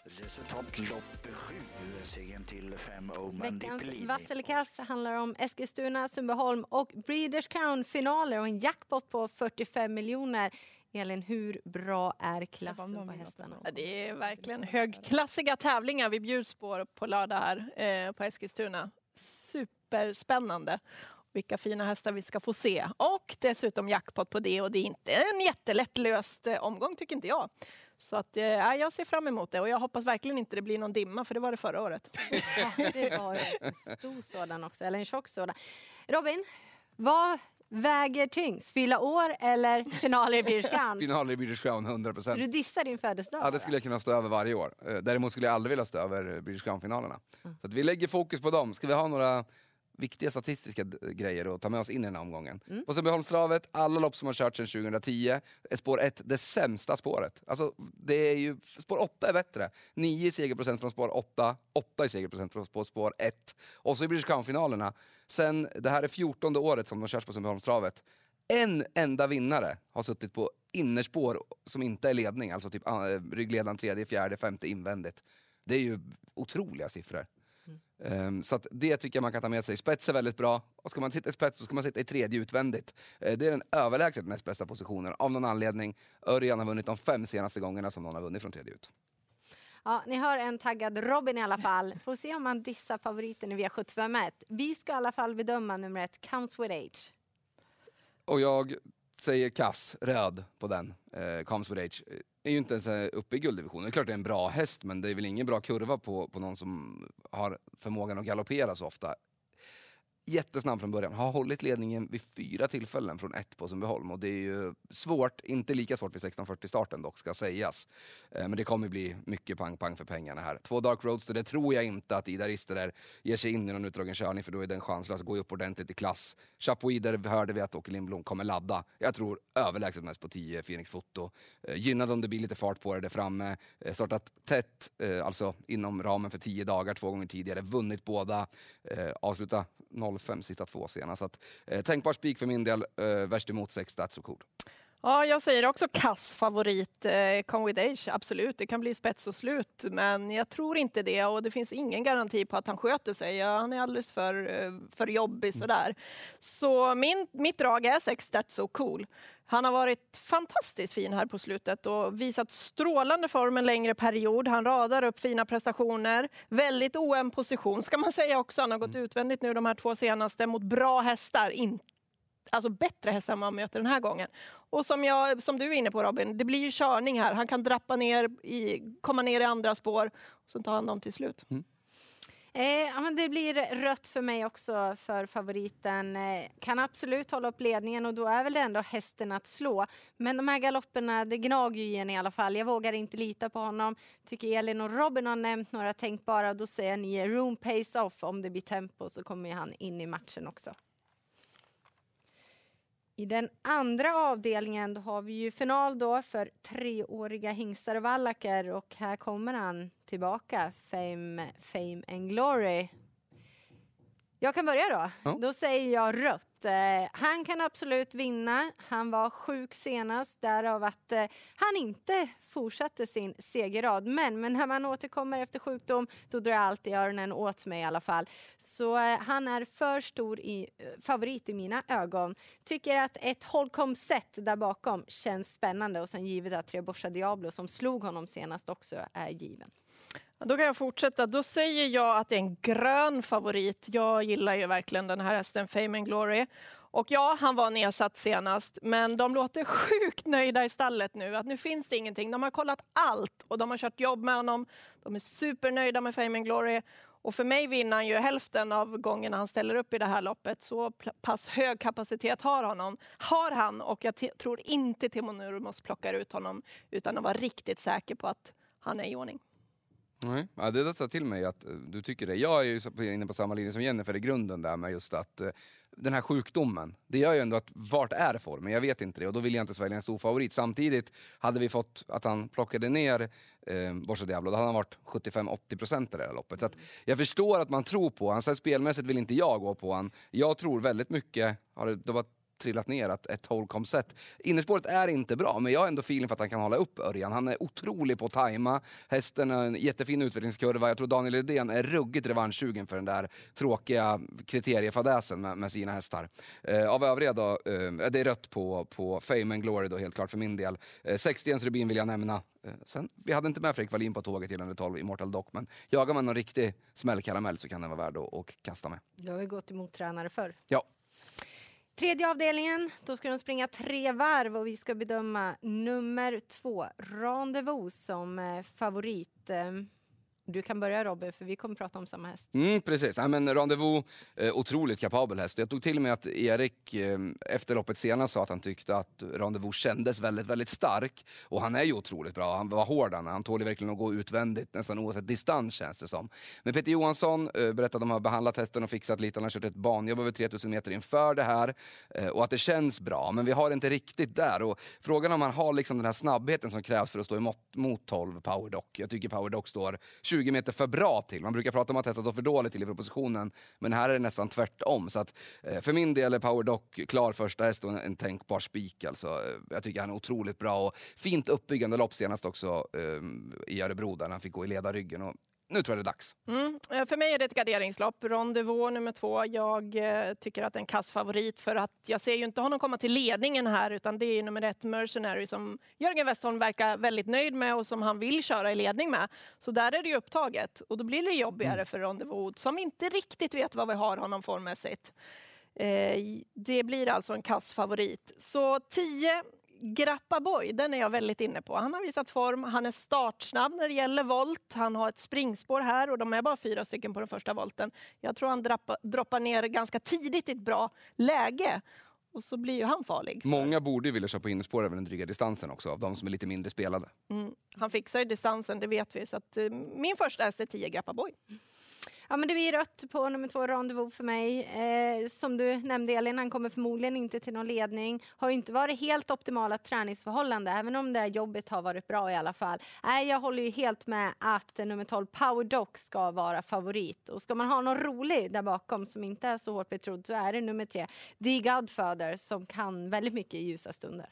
Resultatlopp 7, segern till 5 Veckans Vasselikass handlar om Eskilstuna, Sundbyholm och Breeders Crown-finaler och en jackpot på 45 miljoner. Elin, hur bra är klassen på hästarna? Ja, det är verkligen högklassiga tävlingar vi bjuds på lördag här på Eskilstuna. Superspännande. Vilka fina hästar vi ska få se. Och dessutom jackpot på det. Och det är inte en jättelättlöst omgång tycker inte jag. Så att, jag ser fram emot det. Och jag hoppas verkligen inte det blir någon dimma. För det var det förra året. Ja, det var en stor sådan också. Eller en tjock sådan. Robin, vad väger tyngst? Fylla år eller finaler i Breeders Crown? Finaler i Breeders Crown, 100%. Så du dissar din födelsedag? Ja, det skulle jag kunna stå över varje år. Däremot skulle jag aldrig vilja stå över Breeders Crown-finalerna. Så att vi lägger fokus på dem. Ska vi ha några viktiga statistiska grejer att ta med oss in i den här omgången. På Sundbyholmstravet, alla lopp som har kört sedan 2010, är spår 1 det sämsta spåret. Alltså, det är ju, spår 8 är bättre. 9 i segerprocent från spår 8, 8 i segerprocent från spår 1. Och så i Breeders Crown-finalerna. Sen, det här är 14:e året som de körs på Sundbyholmstravet. En enda vinnare har suttit på innerspår som inte är ledning, alltså typ ryggledaren 3, 4, 5 invändigt. Det är ju otroliga siffror. Så att det tycker jag man kan ta med sig. Spets är väldigt bra. Och ska man sitta i spets så ska man sitta i tredje utvändigt. Det är den överlägset näst bästa positionen. Av någon anledning. Örjan har vunnit de 5 senaste gångerna som någon har vunnit från tredje ut. Ja, ni har en taggad Robin i alla fall. Får se om man dissar favoriten i V75. Vi ska i alla fall bedöma nummer 1, Comes With Age. Och jag säger kass, röd på den. Comes With Age är ju inte ens uppe i gulddivisionen. Det är klart det är en bra häst, men det är väl ingen bra kurva på någon som har förmågan att galoppera så ofta. Jättesnabb från början. Har hållit ledningen vid 4 tillfällen från 1 på Sundbyholm. Och det är ju svårt, inte lika svårt vid 16:40 starten dock ska sägas. Men det kommer bli mycket pang-pang för pengarna här. 2 Dark Roadster, det tror jag inte att Ida Rister ger sig in i någon utdragen körning, för då är den chanslös att gå upp ordentligt i klass. Chapuider hörde vi att Åke Lindblom kommer ladda. Jag tror överlägset mest på 10 Phoenix Foto. Gynnad om det blir lite fart på det där framme. Startat tätt, alltså inom ramen för 10 dagar 2 gånger tidigare. Vunnit båda. Avsluta 0,5 sista 2 senast. Så att, tänkbar spik för min del. Värst emot 6, that's so cool. Ja, jag säger också kass favorit. Come With Age, absolut. Det kan bli spets och slut. Men jag tror inte det. Och det finns ingen garanti på att han sköter sig. Ja, han är alldeles för jobbig sådär. Så mitt drag är 6, that's so cool. Han har varit fantastiskt fin här på slutet och visat strålande form en längre period. Han radar upp fina prestationer. Väldigt ojämn position ska man säga också. Han har gått utvändigt nu de här 2 senaste mot bra hästar. Alltså bättre hästar man möter den här gången. Och som du är inne på Robin, det blir ju körning här. Han kan drappa ner, komma ner i andra spår och sen tar han dem till slut. Ja, men det blir rött för mig också för favoriten. Kan absolut hålla upp ledningen och då är väl det ändå hästen att slå. Men de här galopperna, det gnager ju igen i alla fall. Jag vågar inte lita på honom. Tycker Elin och Robin har nämnt några tänkbara. Då säger ni room pays off. Om det blir tempo så kommer han in i matchen också. I den andra avdelningen då har vi ju final då för 3-åriga hingstar och vallacker. Och här kommer han tillbaka, Fame and Glory. Jag kan börja då. Ja. Då säger jag rött. Han kan absolut vinna. Han var sjuk senast, därav att han inte fortsatte sin segerrad. Men när man återkommer efter sjukdom, då drar alltid öronen åt mig i alla fall. Så han är för stor favorit i mina ögon. Tycker att ett Holcomb-set där bakom känns spännande. Och sen givet att Borsa Diablo som slog honom senast också är given. Då kan jag fortsätta. Då säger jag att det är en grön favorit. Jag gillar ju verkligen den här hästen Fame and Glory. Och ja, han var nedsatt senast. Men de låter sjukt nöjda i stallet nu. Att nu finns det ingenting. De har kollat allt och de har kört jobb med honom. De är supernöjda med Fame and Glory. Och för mig vinner han ju hälften av gångerna han ställer upp i det här loppet. Så pass hög kapacitet har han. Och jag tror inte Timo Nurmos plockar ut honom. Utan att vara riktigt säker på att han är i ordning. Nej, ja, det tar till mig att du tycker det. Jag är ju inne på samma linje som Jennifer i grunden där med just att den här sjukdomen, det gör ju ändå att vart är formen? Jag vet inte det och då vill jag inte svälja en stor favorit. Samtidigt hade vi fått att han plockade ner Borsa Diablo, då hade han varit 75-80% i det här loppet. Så att jag förstår att man tror på han, så spelmässigt vill inte jag gå på han. Jag tror väldigt mycket, det var trillat ner att ett Holcomb-set. Innerspåret är inte bra, men jag har ändå feeling för att han kan hålla upp Örjan. Han är otrolig på att tajma. Hästen har en jättefin utvecklingskurva. Jag tror Daniel Redén är ruggigt revanschsugen för den där tråkiga kriteriefadäsen med sina hästar. Av övriga då, det är rött på Fame and Glory då, helt klart för min del. 60 Rubin vill jag nämna. Sen, vi hade inte med Fredrik Wallin på tåget till den 12 Immortal Dock, men jagar man någon riktig smällkaramell så kan den vara värd att kasta med. Du har ju gått emot tränare förr. Ja. Tredje avdelningen, då ska de springa 3 varv och vi ska bedöma nummer 2, Rendezvous, som favorit. Du kan börja, Robin, för vi kommer prata om samma häst. Precis. Nej, men Rendezvous, otroligt kapabel häst. Jag tog till och med att Erik efter loppet senast sa att han tyckte att Rendezvous kändes väldigt, väldigt stark. Och han är ju otroligt bra. Han var hård. Han tål verkligen att gå utvändigt, nästan oavsett distans känns det som. Men Peter Johansson berättade att de har behandlat hästen och fixat lite. Han har kört ett banjobb över 3000 meter inför det här. Och att det känns bra. Men vi har inte riktigt där. Och frågan om man har liksom den här snabbheten som krävs för att stå mot 12 Power Dock. Jag tycker Power Dock står 20 meter för bra till. Man brukar prata om att hästar står för dåligt till i propositionen, men här är det nästan tvärtom. Så att, för min del är Power Dock klar första häst och en tänkbar spik. Alltså, jag tycker han är otroligt bra och fint uppbyggande lopp senast också i Örebro där han fick gå i ledarryggen. Och nu tror jag det är dags. För mig är det ett garderingslopp. Rendezvous nummer 2. Jag tycker att det är en kass favorit för att jag ser ju inte honom komma till ledningen här, utan det är nummer 1 Mercenary som Jörgen Westholm verkar väldigt nöjd med och som han vill köra i ledning med. Så där är det ju upptaget och då blir det jobbigare för Rendezvous som inte riktigt vet vad vi har honom formmässigt. Det blir alltså en kass favorit. Så 10 Grappa Boy, den är jag väldigt inne på. Han har visat form, han är startsnabb när det gäller volt. Han har ett springspår här och de är bara 4 stycken på den första volten. Jag tror han droppar ner ganska tidigt i ett bra läge. Och så blir ju han farlig. Många borde ju vilja köra på innerspår över den dryga distansen också, av de som är lite mindre spelade. Han fixar ju distansen, det vet vi. Så att, min första häst är 10 Grappa Boy. Ja, men det blir rött på nummer 2 Rendezvous för mig. Som du nämnde, Elin, han kommer förmodligen inte till någon ledning. Har inte varit helt optimala träningsförhållanden, även om det här jobbet har varit bra i alla fall. Jag håller ju helt med att nummer 12 Power Dock ska vara favorit. Och ska man ha någon rolig där bakom som inte är så hårt betrodd, så är det nummer 3 The Godfather som kan väldigt mycket i ljusa stunder.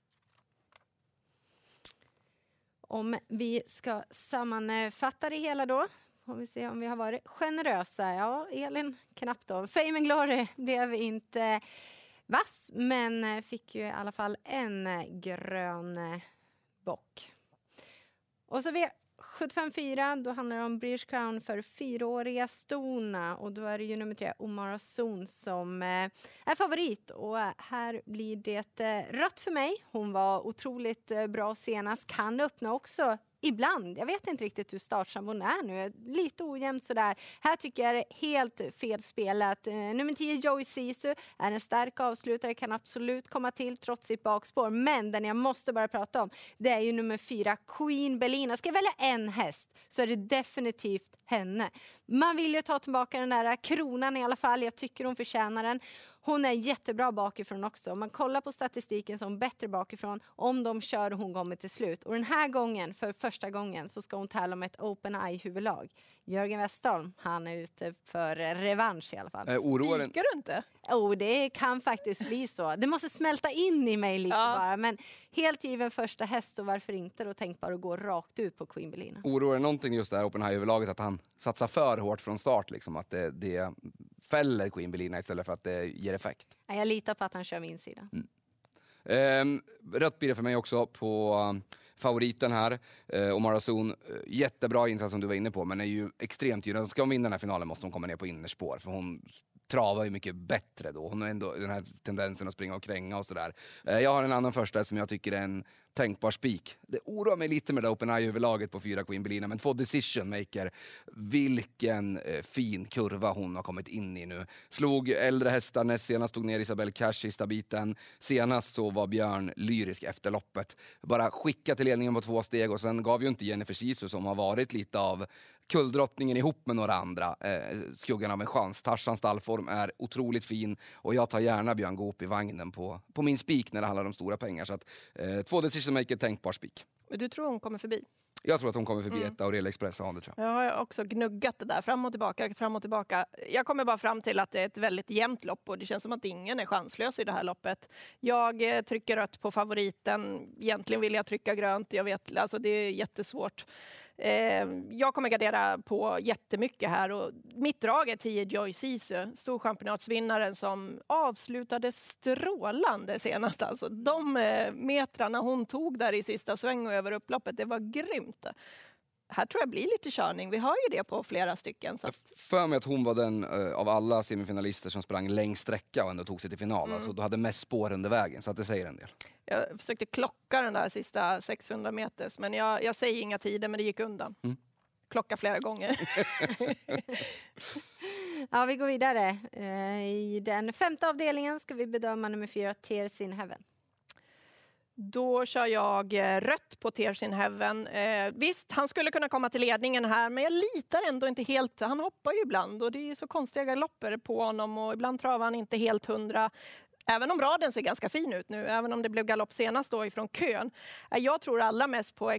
Om vi ska sammanfatta det hela då. Och vi ser om vi har varit generösa. Ja, Elin knappt då. Fame and Glory blev inte vass, men fick ju i alla fall en grön bock. Och så V75-4, då handlar det om British Crown för 4-åriga stona. Och då är det ju nummer 3 Omara Zon som är favorit. Och här blir det rött för mig. Hon var otroligt bra senast. Kan öppna också ibland. Jag vet inte riktigt hur startsam hon är nu. Lite ojämnt sådär. Här tycker jag det är helt fel spelat. Nummer 10 Joey Sisu är en stark avslutare. Kan absolut komma till trots sitt bakspår. Men den jag måste bara prata om, det är ju nummer 4 Queen Belina. Ska jag välja en häst så är det definitivt henne. Man vill ju ta tillbaka den där kronan i alla fall. Jag tycker hon förtjänar den. Hon är jättebra bakifrån också. Om man kollar på statistiken så är hon bättre bakifrån. Om de kör och hon kommer till slut. Och den här gången, för första gången, så ska hon tävla med ett Open Eye-huvudlag. Jörgen Westholm, han är ute för revansch i alla fall. Spikar du inte? Det kan faktiskt bli så. Det måste smälta in i mig lite bara. Men helt given första häst, och varför inte då tänkbar att gå rakt ut på Queen Belina. Oroar det någonting just det här Open Eye-överlaget att han satsar för hårt från start? Liksom, att det fäller Queen Belina istället för att det ger effekt? Jag litar på att han kör min sida. Rött blir det för mig också på favoriten här. Omara Zon, jättebra insats som du var inne på, men är ju extremt gynnad. Ska hon vinna den här finalen måste hon komma ner på innerspår, för hon travar ju mycket bättre då. Hon har ändå den här tendensen att springa och kränga och sådär. Jag har en annan första som jag tycker är en tänkbar spik. Det oroar mig lite med det Open Eye-överlaget på 4 Queen Belina, men 2 Decision Maker. Vilken fin kurva hon har kommit in i nu. Slog äldre hästar näst senast, tog ner Isabel Cash i sista biten. Senast så var Björn lyrisk efter loppet. Bara skicka till ledningen på 2 steg, och sen gav ju inte Jennifer Sisu, som har varit lite av kulldrottningen ihop med några andra, skuggan av en chans. Tarzans stallform är otroligt fin, och jag tar gärna Björn Goop i vagnen på min spik när det handlar om stora pengar. Så att 2 Decision Maker, tänkbar spik. Men du tror hon kommer förbi? Jag tror att hon kommer förbi etta och Real Express. Ja, det tror jag. Jag har också gnuggat det där fram och tillbaka. Jag kommer bara fram till att det är ett väldigt jämnt lopp och det känns som att ingen är chanslös i det här loppet. Jag trycker rött på favoriten. Egentligen vill jag trycka grönt. Jag vet, alltså det är jättesvårt. Jag kommer gardera på jättemycket här och mitt drag är 10 Joy Sisu, storchampionatsvinnaren som avslutade strålande senast. Alltså, de metrarna hon tog där i sista sväng och över upploppet, det var grymt. Här tror jag blir lite körning. Vi har ju det på flera stycken. Så att... För mig att hon var den av alla semifinalister som sprang längst sträcka och ändå tog sig till final. Alltså, du hade mest spår under vägen, så att det säger en del. Jag försökte klocka den där sista 600 meters, men jag säger inga tider, men det gick undan. Klocka flera gånger. Ja, vi går vidare. I den 5:e avdelningen ska vi bedöma nummer 4, Tears in Heaven. Då kör jag rött på Tears in Heaven. Visst, han skulle kunna komma till ledningen här, men jag litar ändå inte helt. Han hoppar ju ibland och det är så konstiga galopper på honom och ibland travar han inte helt 100. Även om raden ser ganska fin ut nu, även om det blev galopp senast då ifrån kön. Jag tror allra mest på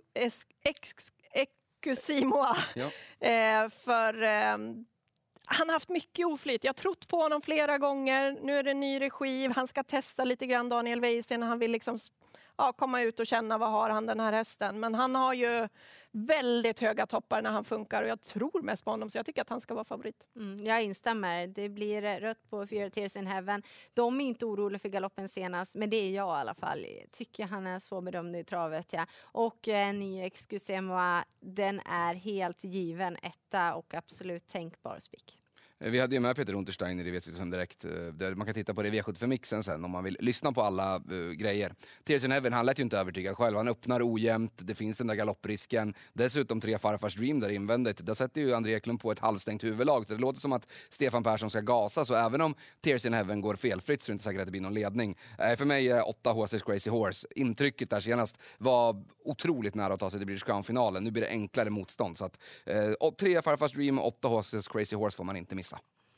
Excusimoa. Ja. För han har haft mycket oflyt. Jag har trott på honom flera gånger. Nu är det en ny regi. Han ska testa lite grann Daniel Wäjersten. Han vill liksom komma ut och känna vad har han den här hästen. Men han har ju väldigt höga toppar när han funkar och jag tror mest på honom så jag tycker att han ska vara favorit. Jag instämmer. Det blir rött på 4 Tears in Heaven. De är inte oroliga för galoppen senast, men det är jag i alla fall. Tycker han är svårbedömd i travet. Ja. Och ny Excusimoa, den är helt given etta och absolut tänkbar spik. Vi hade ju med Peter Untersteiner i V65 Direkt. Man kan titta på det i V75-mixen sen om man vill lyssna på alla grejer. Tears in Heaven, han lät ju inte övertygad själv. Han öppnar ojämnt, det finns den där galopprisken. Dessutom 3 Farfars Dream där invändigt. Där sätter ju André Eklund på ett halvstängt huvudlag. Så det låter som att Stefan Persson ska gasa. Så även om Tears in Heaven går felfritt så är det inte säkert att det blir någon ledning. För mig är 8 Horses Crazy Horse. Intrycket där senast var otroligt nära att ta sig till British Crown-finalen. Nu blir det enklare motstånd. Så att 3 Farfars Dream och 8 Horses Crazy Horse får man inte missa.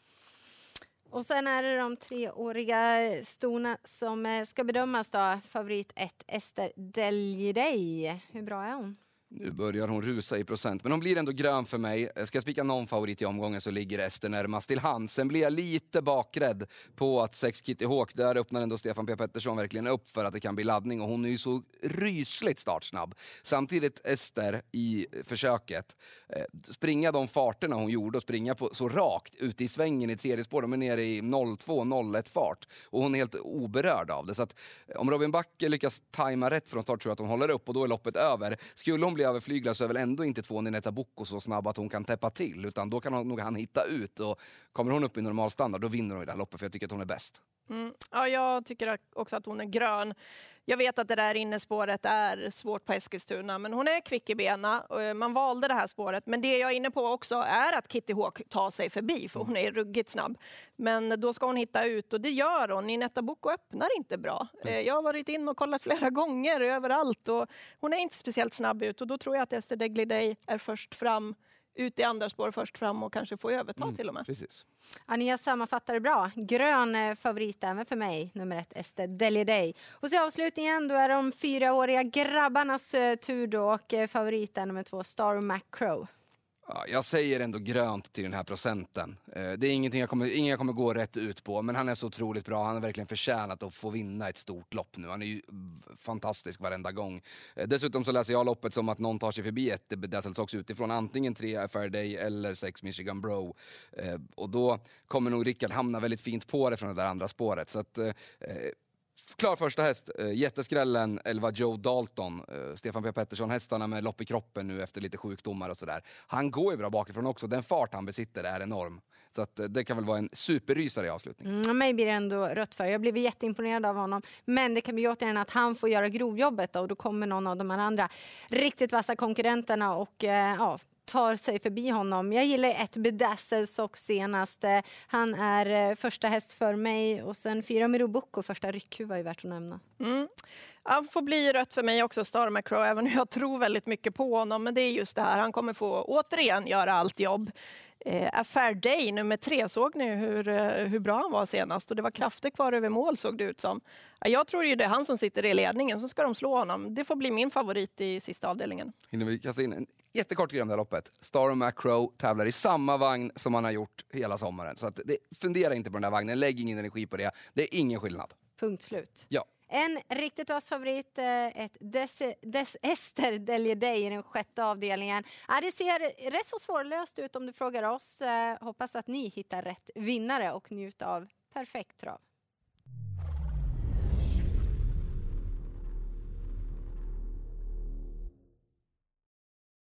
Och sen är det de 3-åriga storna som ska bedömas då. Favorit 1, Ester Deljedej. Hur bra är hon? Nu börjar hon rusa i procent, men hon blir ändå grön för mig. Ska jag spika någon favorit i omgången så ligger Ester närmast till hand. Sen blir jag lite bakrädd på att 6 Kitty Hawk, där öppnar ändå Stefan P. Pettersson verkligen upp för att det kan bli laddning. Och hon är ju så rysligt startsnabb. Samtidigt Ester i försöket. Springa de farterna hon gjorde och springa på, så rakt ute i svängen i tredje spår. De är nere i 02-01 fart. Och hon är helt oberörd av det. Så att om Robin Backe lyckas tajma rätt från start tror jag att hon håller upp och då är loppet över. Skulle hon bli överflyglad så är väl ändå inte 2 Ninetta Bocco så snabb att hon kan täppa till, utan då kan hon nog han hitta ut och kommer hon upp i normalstandard då vinner hon i det här loppet för jag tycker att hon är bäst. Ja, jag tycker också att hon är grön. Jag vet att det där innespåret är svårt på Eskilstuna, men hon är kvick i bena. Man valde det här spåret, men det jag är inne på också är att Kitty Hawk tar sig förbi, för hon är ruggigt snabb. Men då ska hon hitta ut och det gör hon. Ninetta Bocco öppnar inte bra. Jag har varit in och kollat flera gånger överallt och hon är inte speciellt snabb ut och då tror jag att Ester Deljedej är först fram, ut i andra spår först fram och kanske få överta till och med. Precis. Anja sammanfattar det bra. Grön favorit även för mig, nummer 1, Ester Deljedej. Och så avslutningen, då är de 4-åriga grabbarnas tur då och favoriten nummer 2, Star Macro. Ja, jag säger ändå grönt till den här procenten. Det är ingenting jag kommer gå rätt ut på, men han är så otroligt bra. Han har verkligen förtjänat att få vinna ett stort lopp nu. Han är ju fantastisk varenda gång. Dessutom så läser jag loppet som att någon tar sig förbi ett Bedazzled Sox utifrån. Antingen 3 Faraday eller 6 Michigan Bro. Och då kommer nog Rickard hamna väldigt fint på det från det där andra spåret. Så att... Klar första häst, jätteskrällen 11 Joe Dalton, Stefan P. Pettersson, hästarna med lopp i kroppen nu efter lite sjukdomar och sådär. Han går ju bra bakifrån också, den fart han besitter är enorm. Så att det kan väl vara en superrysare i avslutningen. Mig blir det ändå rött för. Jag blev jätteimponerad av honom. Men det kan bli återigen att han får göra grovjobbet då, och då kommer någon av de här andra riktigt vassa konkurrenterna och tar sig förbi honom. Jag gillar ett Bedazzled Sox senast. Han är första häst för mig och sen 4 Miro Bocco, första ryckhuva är värt att nämna. Han får bli rött för mig också, Star Macro, även om jag tror väldigt mycket på honom. Men det är just det här, han kommer få återigen göra allt jobb. Affair Day nummer 3, såg ni hur bra han var senast? Och det var krafter kvar över mål, såg det ut som. Jag tror ju det är han som sitter i ledningen, så ska de slå honom. Det får bli min favorit i sista avdelningen. Hinner vi kasta in en jättekort grej om det här loppet? Star Macro tävlar i samma vagn som han har gjort hela sommaren. Så att fundera inte på den här vagnen, lägg ingen energi på det. Det är ingen skillnad. Punkt slut. Ja. En riktigt vass favorit, ett Des Ester Delje Day i den 6:e avdelningen. Det ser rätt så svårlöst ut om du frågar oss. Hoppas att ni hittar rätt vinnare och njut av perfekt trav.